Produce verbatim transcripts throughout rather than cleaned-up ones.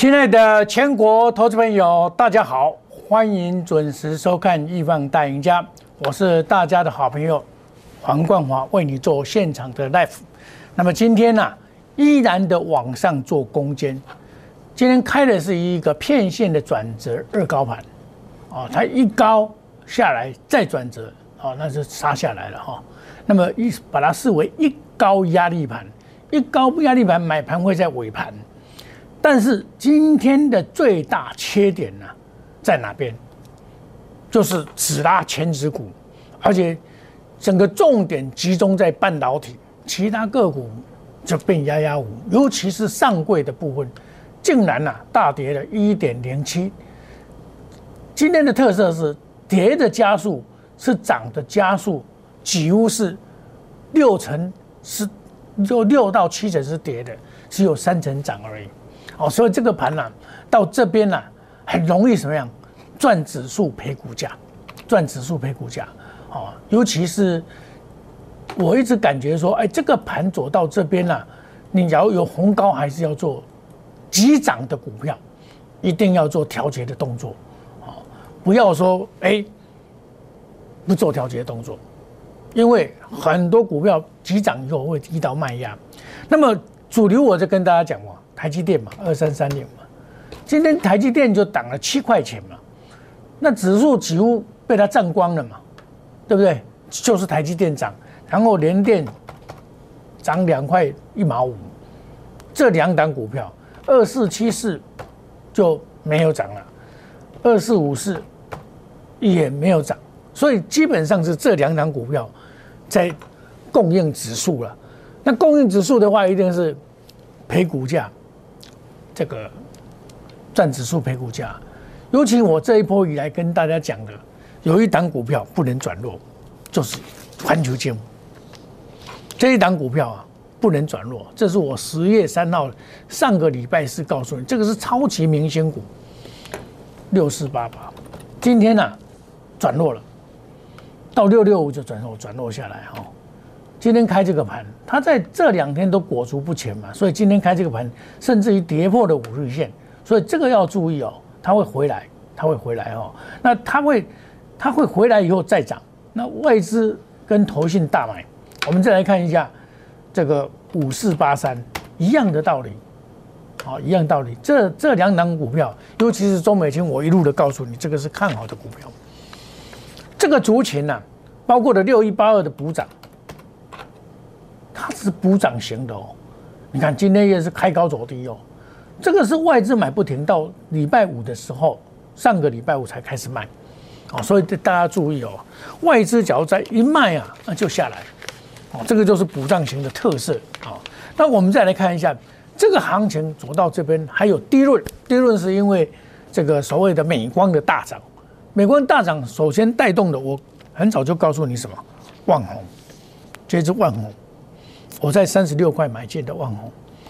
亲爱的全国投资朋友，大家好，欢迎准时收看《亿万大赢家》，我是大家的好朋友黄冠华，为你做现场的 live。那么今天呢、啊，依然的往上做攻坚，今天开的是一个片线的转折二高盘，哦，它一高下来再转折，哦，那就杀下来了哈、哦。那么一把它视为一高压力盘，一高压力盘买盘会在尾盘。但是今天的最大缺点呢、啊，在哪边？就是只拉全指股，而且整个重点集中在半导体，其他个股就变压压无，尤其是上柜的部分，竟然啊大跌了 一点零七。今天的特色是跌的加速是涨的加速，几乎是六成是就六到七成是跌的，只有三成涨而已。哦，所以这个盘呢、啊，到这边呢、啊，很容易什么样？赚指数赔股价，赚指数赔股价。哦，尤其是我一直感觉说，哎，这个盘走到这边了、啊，你要有红高，还是要做急涨的股票，一定要做调节的动作。哦，不要说哎不做调节动作，因为很多股票急涨以后会遇到卖压。那么主流我就跟大家讲嘛。台积电嘛，二三三零嘛，今天台积电就涨了七块钱嘛，那指数几乎被它占光了嘛，对不对？就是台积电涨，然后联电涨两块一毛五，这两档股票二四七四就没有涨了，二四五四也没有涨，所以基本上是这两档股票在供应指数了。那供应指数的话，一定是赔股价。这个占指数赔股价，尤其我这一波以来跟大家讲的，有一档股票不能转弱，就是环球晶。这一档股票啊不能转弱，这是我十月三号上个礼拜四告诉你，这个是超级明星股，六四八八，今天呢、啊、转弱了，到六六五就转弱转弱下来哈、哦。今天开这个盘，它在这两天都裹足不前嘛，所以今天开这个盘，甚至于跌破了五日线，所以这个要注意哦，它会回来，它会回来哦。那它会，它会回来以后再涨。那外资跟投信大买，我们再来看一下这个五四八三，一样的道理，好，一样道理。这这两档股票，尤其是中美金，我一路的告诉你，这个是看好的股票。这个族群呢、啊，包括了六一八二的补涨。它是补涨型的哦，你看今天也是开高走低哦，这个是外资买不停，到礼拜五的时候，上个礼拜五才开始卖，哦，所以大家注意哦，外资假如在一卖啊，那就下来，哦，这个就是补涨型的特色啊、哦。那我们再来看一下这个行情走到这边，还有低润，低润是因为这个所谓的美光的大涨，美光大涨首先带动的，我很早就告诉你什么，旺宏，这支旺宏。我在三十六块买进的旺宏，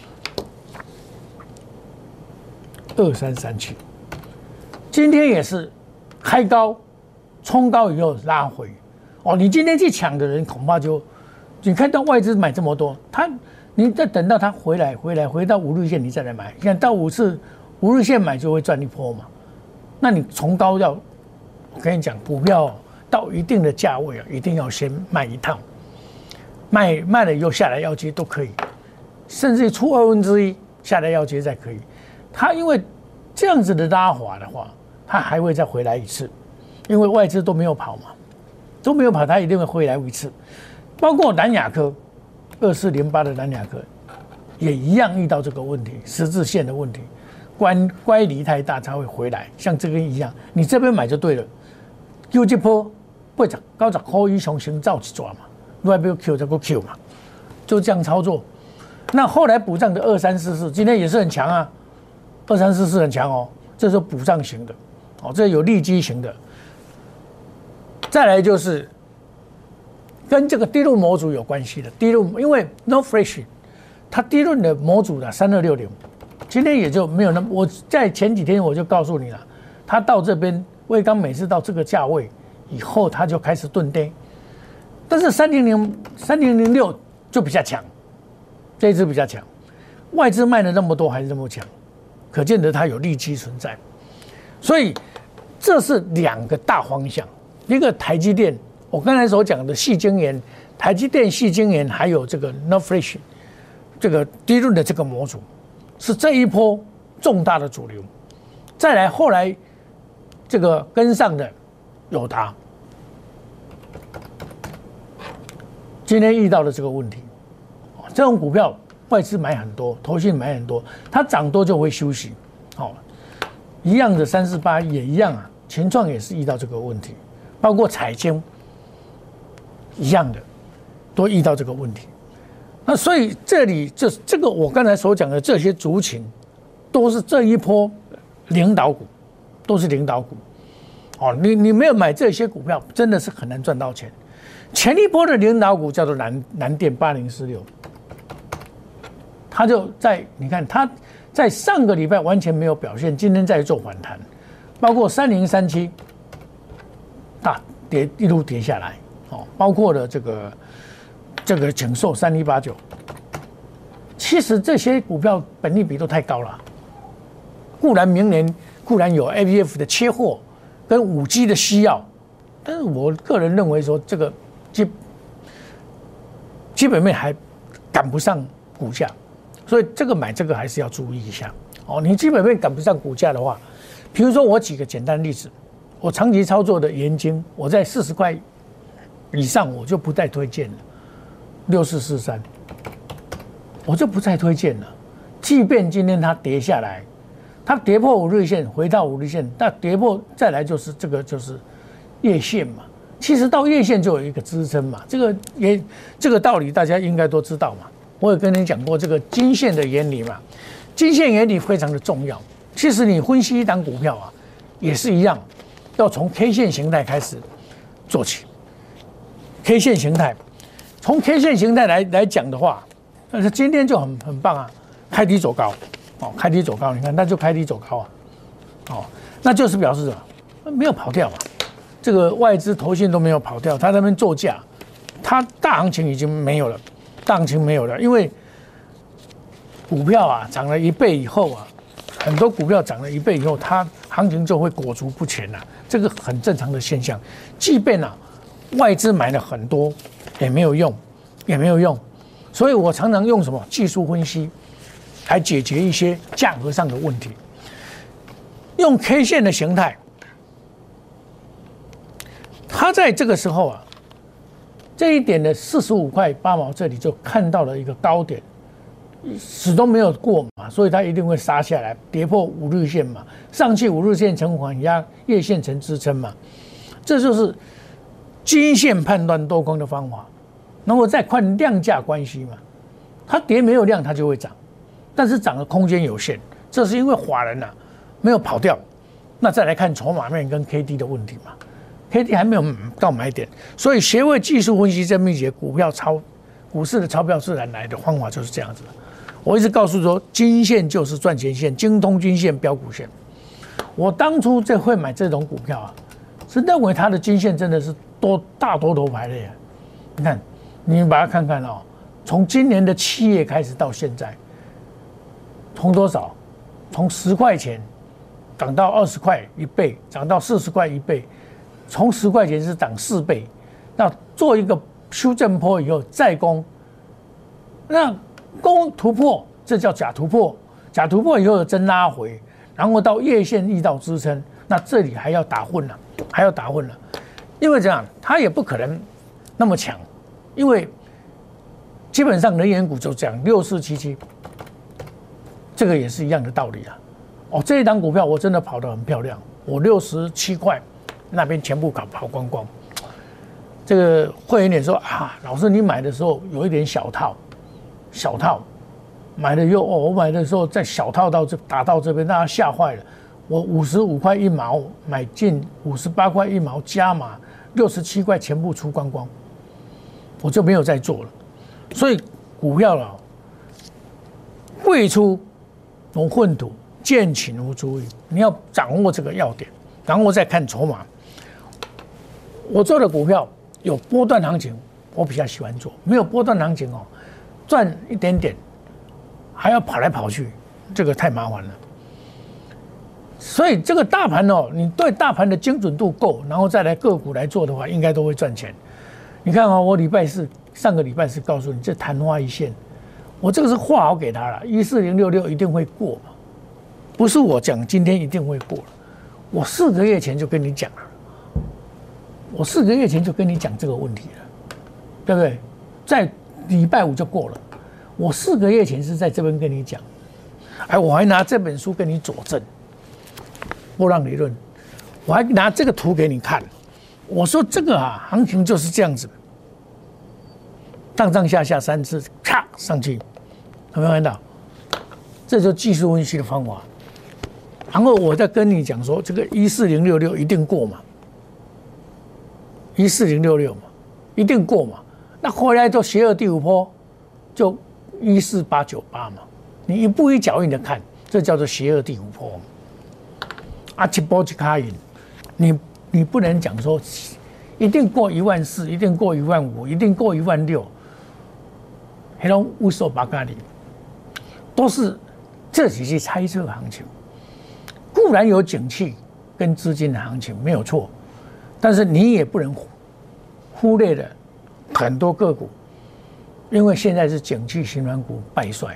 二三三七，今天也是开高，冲高以后拉回。哦，你今天去抢的人恐怕就，你看到外资买这么多，他你再等到他回来，回来回到五日线你再来买，你看到五次五日线买就会赚一波嘛。那你从高要，我跟你讲，股票到一定的价位啊，一定要先卖一趟。卖卖了以后下来要接都可以，甚至出二分之一下来要接再可以。它因为这样子的拉滑的话，它还会再回来一次，因为外资都没有跑嘛，都没有跑，它一定会回来一次。包括南亚科二四零八的南亚科也一样遇到这个问题，十字线的问题，乖乖离太大才会回来，像这边一样，你这边买就对了。有这波八十九十块以上先造一抓嘛。外边 Q 这个 Q 嘛，就这样操作。那后来补涨的二三四四，今天也是很强啊，二三四四很强哦，这是补涨型的，哦，这有利基型的。再来就是跟这个低润模组有关系的，低润因为 No Fresh， 它低润的模组的三二六零，今天也就没有那么。我在前几天我就告诉你了，它到这边威刚每次到这个价位以后，它就开始钝跌。但是三零零三零零六就比较强，这一支比较强，外资卖了那么多还是这么强， 可见得它有利基存在。所以这是两个大方向，一个台积电，我刚才所讲的矽晶圆，台积电矽晶圆还有这个 N O R Flash 这个低润的这个模组，是这一波重大的主流。再来后来这个跟上的友达，今天遇到了这个问题，这种股票外资买很多，投信买很多，它涨多就会休息，好，一样的三四八也一样啊，群创也是遇到这个问题，包括彩晶一样的，都遇到这个问题。那所以这里这这个我刚才所讲的这些族群，都是这一波领导股，都是领导股。哦，你你没有买这些股票，真的是很难赚到钱。前一波的领导股叫做南南电八零四六，它就在你看它在上个礼拜完全没有表现，今天在做反弹，包括三零三七大跌一路跌下来，哦，包括了这个这个景硕三一八九，其实这些股票本益比都太高了。固然明年固然有 A B F 的切货跟五 G 的需要，但是我个人认为说这个基基本面还赶不上股价，所以这个买这个还是要注意一下哦。你基本面赶不上股价的话，比如说我举个简单例子，我长期操作的元晶，我在四十块以上我就不再推荐了，六四四三，我就不再推荐了。即便今天它跌下来，它跌破五日线，回到五日线，那跌破再来就是这个就是月线嘛。其实到月线就有一个支撑嘛，这个也这个道理大家应该都知道嘛。我也跟你讲过这个均线的原理嘛，均线原理非常的重要。其实你分析一档股票啊，也是一样，要从 K 线形态开始做起。K 线形态，从 K 线形态来来讲的话，但是今天就很很棒啊，开低走高。哦，开低走高，你看它就开低走高啊，哦，那就是表示什么？没有跑掉嘛，这个外资投信都没有跑掉，它在那边做价，它大行情已经没有了，大行情没有了，因为股票啊涨了一倍以后啊，很多股票涨了一倍以后，它行情就会裹足不前了，这个很正常的现象。即便啊外资买了很多，也没有用，也没有用，所以我常常用什么技术分析来解决一些价格上的问题，用 K 线的形态，它在这个时候啊，这一点的四十五块八毛这里就看到了一个高点，始终没有过嘛，所以它一定会杀下来，跌破五日线嘛，上去五日线成缓压，月线成支撑嘛，这就是均线判断多空的方法。然后再看量价关系嘛，它跌没有量它就会涨。但是涨的空间有限，这是因为法人啊没有跑掉。那再来看筹码面跟 K D 的问题嘛 ，K D 还没有到买点，所以学会技术分析这秘诀，股票超股市的钞票自然来的方法就是这样子的。我一直告诉说，均线就是赚钱线，精通均线标股线。我当初这会买这种股票啊，是认为它的均线真的是多大多头排列。你看，你们把它看看哦，从今年的七月开始到现在。从多少？从十块钱涨到二十块一倍，涨到四十块一倍，从十块钱是涨四倍。那做一个修正波以后再攻，那攻突破，这叫假突破。假突破以后真拉回，然后到月线遇到支撑，那这里还要打混了，还要打混了。因为这样，它也不可能那么强，因为基本上能源股就这样六四七七。这个也是一样的道理啊！哦，这一档股票我真的跑得很漂亮，我六十七块那边全部跑跑光光。这个会员也说啊，老师你买的时候有一点小套，小套买了又哦，我买的时候在小套到这打到这边，大家吓坏了。我五十五块一毛买进，五十八块一毛加码，六十七块全部出光光，我就没有再做了。所以股票了，贵出如粪土，见起如珠玉。你要掌握这个要点，然后再看筹码。我做的股票有波段行情，我比较喜欢做；没有波段行情哦，赚一点点，还要跑来跑去，这个太麻烦了。 所以这个大盘哦，你对大盘的精准度够，然后再来个股来做的话，应该都会赚钱。你看啊、哦，我礼拜四上个礼拜四告诉你，这昙花一现，我这个是画好给他了，一四零六六一定会过嘛，不是我讲今天一定会过了，我四个月前就跟你讲了，我四个月前就跟你讲这个问题了，对不对？在礼拜五就过了，我四个月前是在这边跟你讲，哎，我还拿这本书跟你佐证。波浪理论，我还拿这个图给你看。我说这个啊，行情就是这样子，上上下下三次，咔上去，有没有看到？这就是技术分析的方法。然后我再跟你讲说，这个一四零六六一定过嘛，一四零六六嘛，一定过嘛。那回来就邪恶第五波，就一四八九八嘛。你一步一脚印的看，这叫做邪恶第五波。啊，一波一卡赢，你你不能讲说一定过一万四，一定过一万五，一定过一万六，那种乌索巴咖哩，都是这几些猜测行情。固然有景气跟资金的行情没有错，但是你也不能忽略了很多个股，因为现在是景气循环股败衰，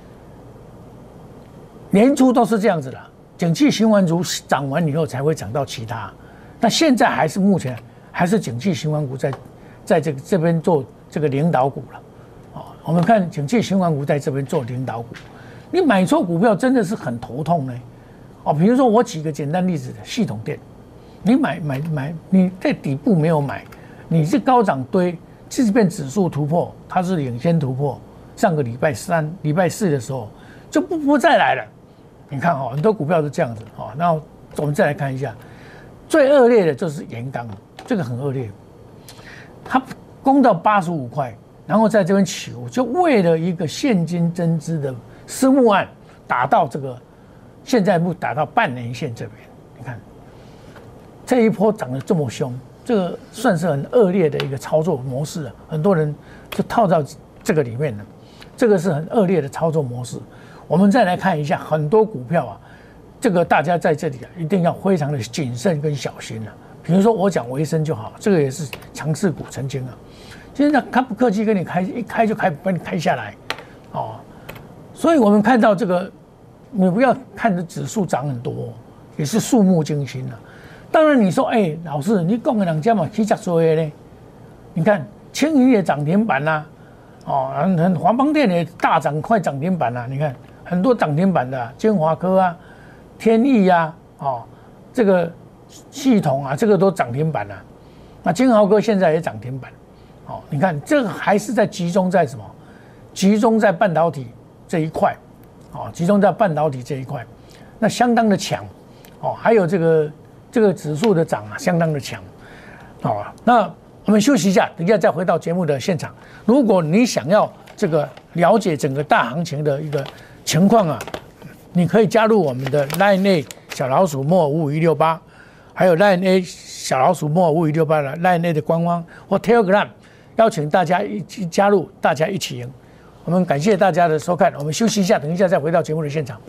年初都是这样子的。景气循环股涨完以后才会涨到其他，那现在还是目前还是景气循环股在在这个这边做这个领导股了，哦，我们看景气循环股在这边做领导股，你买错股票真的是很头痛呢，哦，比如说我举个简单例子，系统店，你买买买，你在底部没有买，你是高涨堆，即便指数突破，它是领先突破，上个礼拜三、礼拜四的时候就不不再来了。你看哈，很多股票都这样子哈。然后我们再来看一下，最恶劣的就是盐钢，这个很恶劣，它攻到八十五块，然后在这边起伏，就为了一个现金增资的私募案，打到这个现在不打到半年线这边。你看这一波涨得这么凶，这个算是很恶劣的一个操作模式啊，很多人就套到这个里面了，这个是很恶劣的操作模式。我们再来看一下很多股票啊，这个大家在这里啊一定要非常的谨慎跟小心啊。比如说我讲维生就好，这个也是强势股曾经啊，现在他不客气跟你开，一开就开把你开下来，哦，所以我们看到这个，你不要看着指数涨很多，也是触目惊心啊。当然你说，哎、欸，老师你讲的两家嘛，起价做的呢？你看青云也涨停板啦、啊，哦，很很华邦电也大涨，快涨停板啦、啊，你看。很多涨停板的、啊，金华科啊、天翼啊，哦，这个系统啊，这个都涨停板了、啊。那金豪科现在也涨停板，哦，你看这个还是在集中在什么？集中在半导体这一块，哦，集中在半导体这一块，那相当的强，哦，还有这个这个指数的涨啊，相当的强，哦，那我们休息一下，等一下再回到节目的现场。如果你想要这个了解整个大行情的一个情况啊，你可以加入我们的 Line A 小老鼠莫五五一六八，还有 Line A 小老鼠莫五五一六八的 Line A 的官方或 Telegram， 邀请大家一起加入，大家一起赢。我们感谢大家的收看，我们休息一下，等一下再回到节目的现场。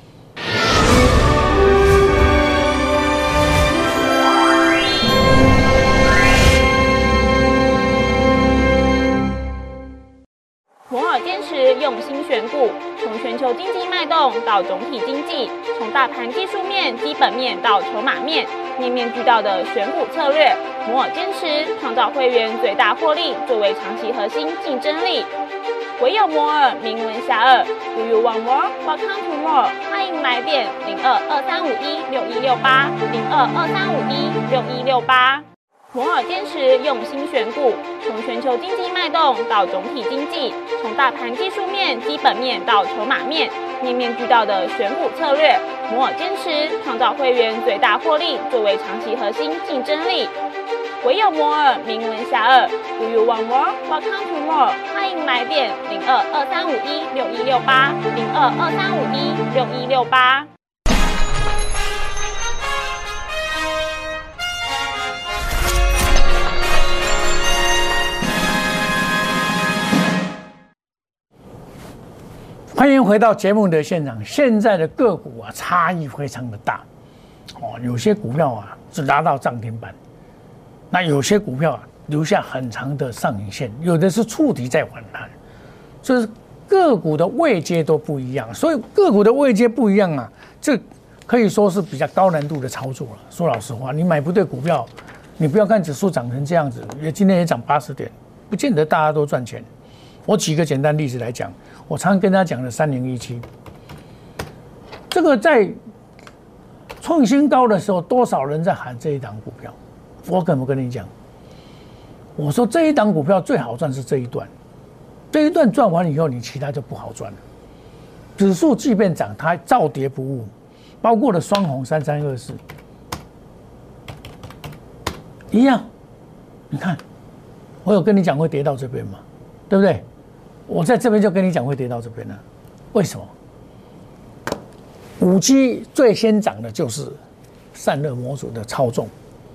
摩尔坚持用心选股，从全球经济脉动到总体经济，从大盘技术面、基本面到筹码面，面面俱到的选股策略。摩尔坚持创造会员最大获利作为长期核心竞争力。唯有摩尔名闻遐迩。Do you want more? Welcome to more。欢迎来电零二二三五一六一六八零二二三五一六一六八。摩尔坚持用心选股，从全球经济脉动到总体经济，从大盘技术面、基本面到筹码面，面面俱到的选股策略。摩尔坚持创造会员最大获利作为长期核心竞争力。唯有摩尔名闻遐迩。Do you want more? Welcome to more。欢迎来电零二二三五一六一六八零二二三五一六一六八。 欢迎回到节目的现场。现在的个股啊，差异非常的大哦，有些股票啊是拉到涨停板，那有些股票啊留下很长的上影线，有的是触底在反弹，就是个股的位阶都不一样，所以个股的位阶不一样啊，这可以说是比较高难度的操作了。说老实话，你买不对股票，你不要看指数涨成这样子，也今天也涨八十点，不见得大家都赚钱。我举个简单例子来讲，我常跟大家讲的三零一七，这个在创新高的时候，多少人在喊这一档股票？我怎么跟你讲？我说这一档股票最好赚是这一段，这一段赚完以后，你其他就不好赚了。指数即便涨，它照跌不误。包括了双红三三二四，一样。你看，我有跟你讲会跌到这边嘛，对不对？我在这边就跟你讲会跌到这边了。为什么？五 G 最先涨的就是散热模组的超重，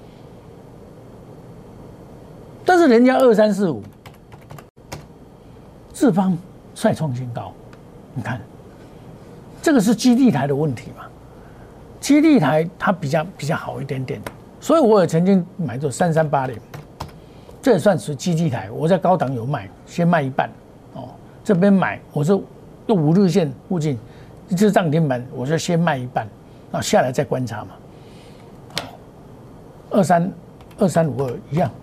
但是人家二三四五，智邦再创新高，你看，这个是基地台的问题嘛？基地台它比较比较好一点点，所以我也曾经买过三三八零，这也算是基地台。我在高档有卖，先卖一半哦。这边买，我是用五日线附近，一只涨停板，我就先卖一半，然后下来再观察嘛。二三二三五二一样，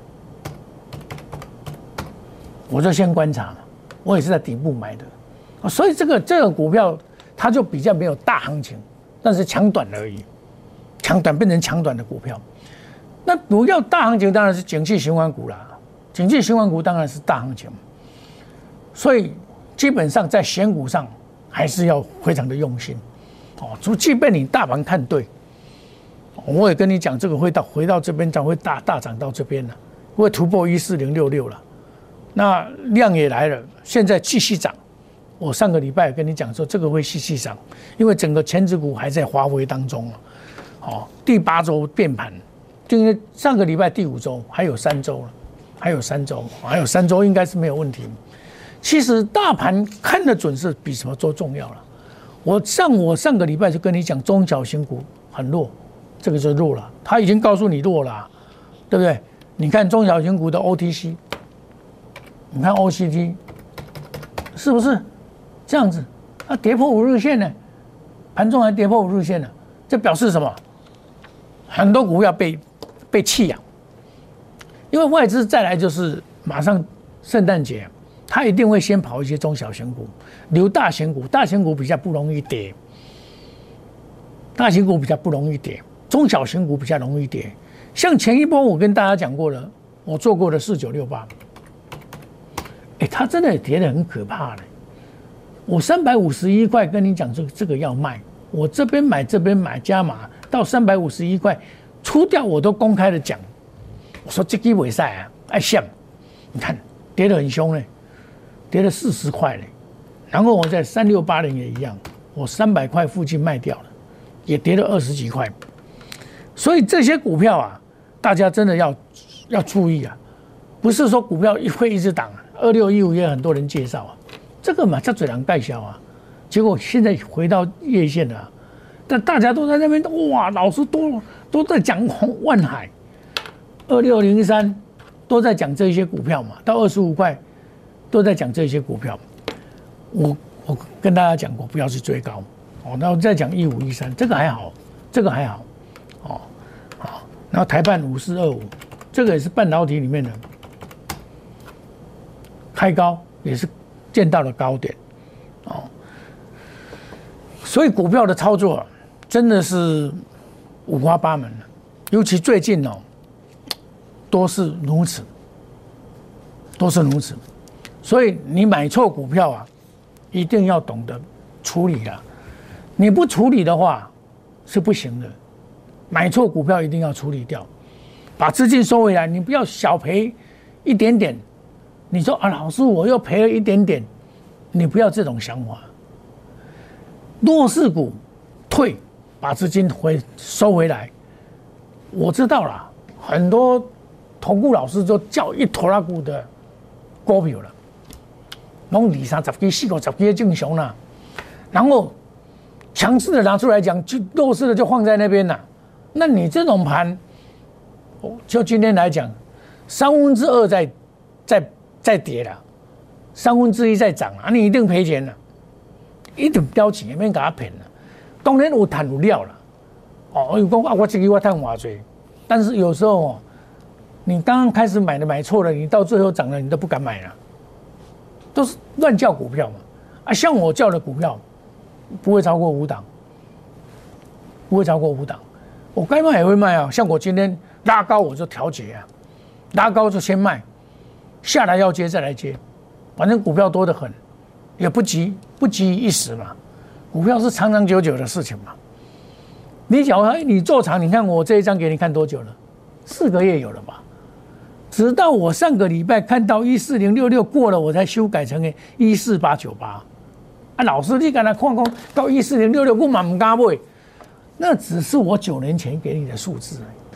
我就先观察嘛。我也是在底部买的，所以这个这个股票它就比较没有大行情。但是强短而已，强短变成强短的股票，那主要大行情当然是景气循环股啦，景气循环股当然是大行情，所以基本上在选股上还是要非常的用心哦。就即便你大盘看对，我也跟你讲，这个会到回到这边涨，会大大涨到这边了，会突破一四零六六了，那量也来了，现在继续涨。我上个礼拜跟你讲说，这个会继续涨，因为整个全指股还在发挥当中啊。哦，第八周变盘，因为上个礼拜第五周还有三周了，还有三周，还有三周应该是没有问题。其实大盘看得准是比什么都重要了。我上我上个礼拜就跟你讲，中小型股很弱，这个就弱了，他已经告诉你弱了，对不对？你看中小型股的 O T C， 你看 O C T， 是不是？这样子，它跌破五日线呢，盘中还跌破五日线呢，这表示什么？很多股票被被弃养，因为外资再来就是马上圣诞节，它一定会先跑一些中小型股，留大型股，大型股比较不容易跌，大型股比较不容易跌，中小型股比较容易跌。像前一波我跟大家讲过了，我做过的四九六八，哎，它真的跌得很可怕的。我三百五十一块跟你讲，这个这个要卖，我这边买这边买加码到三百五十一块出掉，我都公开的讲，我说这支袂使啊，爱想，你看跌得很凶嘞，跌了四十块嘞，然后我在三六八零也一样，我三百块附近卖掉了，也跌了二十几块，所以这些股票啊，大家真的要要注意啊，不是说股票一会一直涨，二六一五也有很多人介绍啊。这个嘛，叫嘴狼盖销啊，结果现在回到月线了、啊，但大家都在那边哇，老师都都在讲万海，二六零三都在讲这些股票嘛，到二十五块都在讲这些股票。我我跟大家讲过，不要去追高哦。那我再讲一五一三，这个还好，这个还好哦，好。然后台半五四二五，这个也是半导体里面的开高，也是。见到了高点，哦，所以股票的操作真的是五花八门的，尤其最近哦，都是如此，都是如此。所以你买错股票啊，一定要懂得处理啊，你不处理的话是不行的。买错股票一定要处理掉，把资金收回来，你不要小赔一点点。你说啊，老师，我又赔了一点点，你不要这种想法。弱势股退，把资金回收回来。我知道了，很多投顾老师都叫一拖拉股的股票了，弄二三十几、四五十几的正常啦。然后强势的拿出来讲，就弱势的就放在那边啦。 那你这种盘，就今天来讲，三分之二在在在跌了，三分之一在涨啊，你一定赔钱了，一定标钱，免给他骗了。当然有赚有料了，哦，有讲啊，我这个我赚偌济，但是有时候哦，你刚刚开始买的买错了，你到最后涨了，你都不敢买了，都是乱叫股票嘛。啊，像我叫的股票，不会超过五档，不会超过五档。我该卖也会卖啊，像我今天拉高我就调节啊，拉高就先卖，下来要接再来接，反正股票多得很，也不急不急一时嘛，股票是长长久久的事情嘛。你假如你做长，你看我这一张给你看多久了？四个月有了吧？直到我上个礼拜看到一四零六六过了，我才修改成一四八九八。啊，老师你刚才看看到一四零六六，我嘛唔敢买。那只是我九年前给你的数字而已。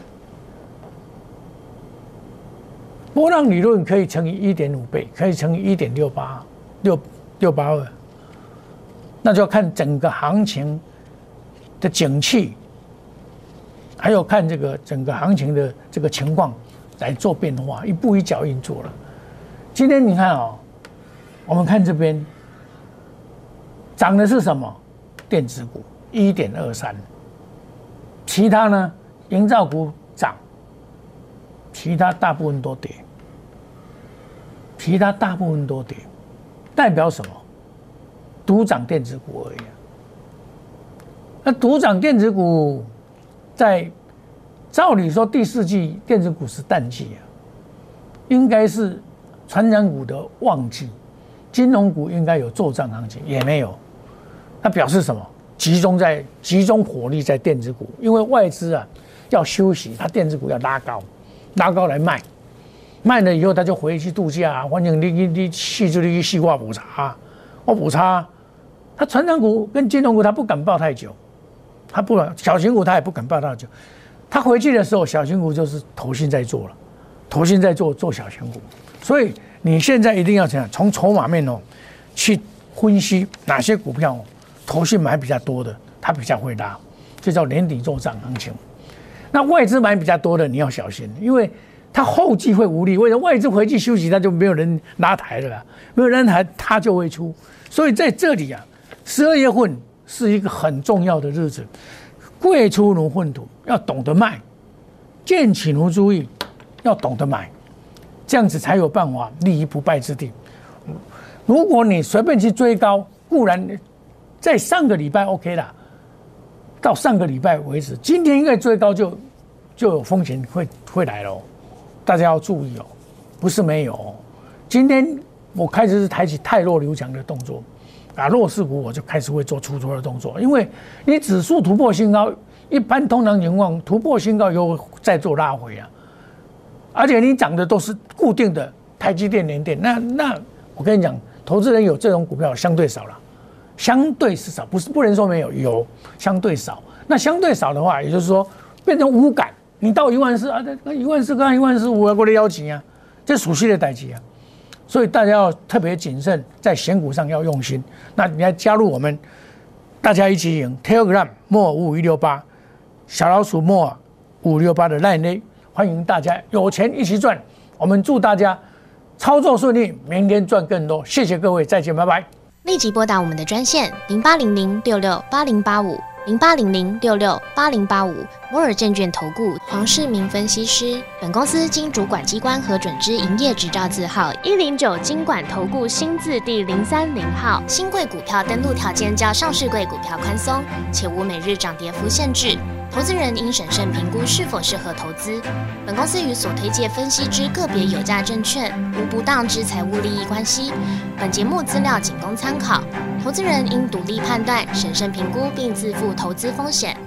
波浪理论可以乘以一点五倍，可以乘以一点六八六六八二，那就要看整个行情的景气，还有看这个整个行情的这个情况来做变化，一步一脚印做了。今天你看哦，我们看这边涨的是什么？电子股一点二三。其他呢，营造股涨，其他大部分都跌，其他大部分都跌，代表什么？独涨电子股而已、啊。那独涨电子股，在照理说第四季电子股是淡季啊，应该是传产股的旺季，金融股应该有作战行情，也没有，那表示什么？集中在集中火力在电子股，因为外资啊要休息，它电子股要拉高，拉高来卖，卖了以后他就回去度假、啊。反正你你你细致你细化补差，我补差，它传产股跟金融股它不敢抱太久，它不敢小型股它也不敢抱太久，它回去的时候小型股就是投信在做了，投信在做做小型股，所以你现在一定要怎样从筹码面哦去分析哪些股票、哦。投信买比较多的，它比较会拉，这叫年底做涨行情。那外资买比较多的，你要小心，因为它后继会无力。为什么外资回去休息，它就没有人拉抬了啦，没有人抬，它就会出。所以在这里啊，十二月份是一个很重要的日子，贵出如粪土，要懂得卖；见起如注意，要懂得买，这样子才有办法立于不败之地。如果你随便去追高，固然。在上个礼拜 OK 啦，到上个礼拜为止，今天应该追高就就有风险会会来了，大家要注意哦，不是没有、哦。今天我开始是抬起太弱留强的动作，啊，弱势股我就开始会做出脱的动作，因为你指数突破新高，一般通常情况突破新高以后再做拉回啊，而且你涨的都是固定的台积电、联电，那那我跟你讲，投资人有这种股票相对少了。相对是少，不是不能说没有，有相对少。那相对少的话，也就是说变成无感。你到一万四啊，那一万四跟一万四五啊，过来邀请啊，这属实的代志啊。所以大家要特别谨慎，在选股上要用心。那你要加入我们，大家一起赢 Telegram 莫五五一六八，小老鼠莫五六八的 Line， 欢迎大家有钱一起赚。我们祝大家操作顺利，明天赚更多。谢谢各位，再见，拜拜。 立即拨打我们的专线零八零零六六八零八五零八零零六六八零八五摩尔证券投顾黄世明分析师。本公司经主管机关核准之营业执照字号一零九金管投顾新字第零三零号。新贵股票登录条件较上市贵股票宽松，且无每日涨跌幅限制。投资人应审慎评估是否适合投资。本公司与所推介分析之个别有价证券无不当之财务利益关系。本节目资料仅供参考，投资人应独立判断、审慎评估并自负投资风险。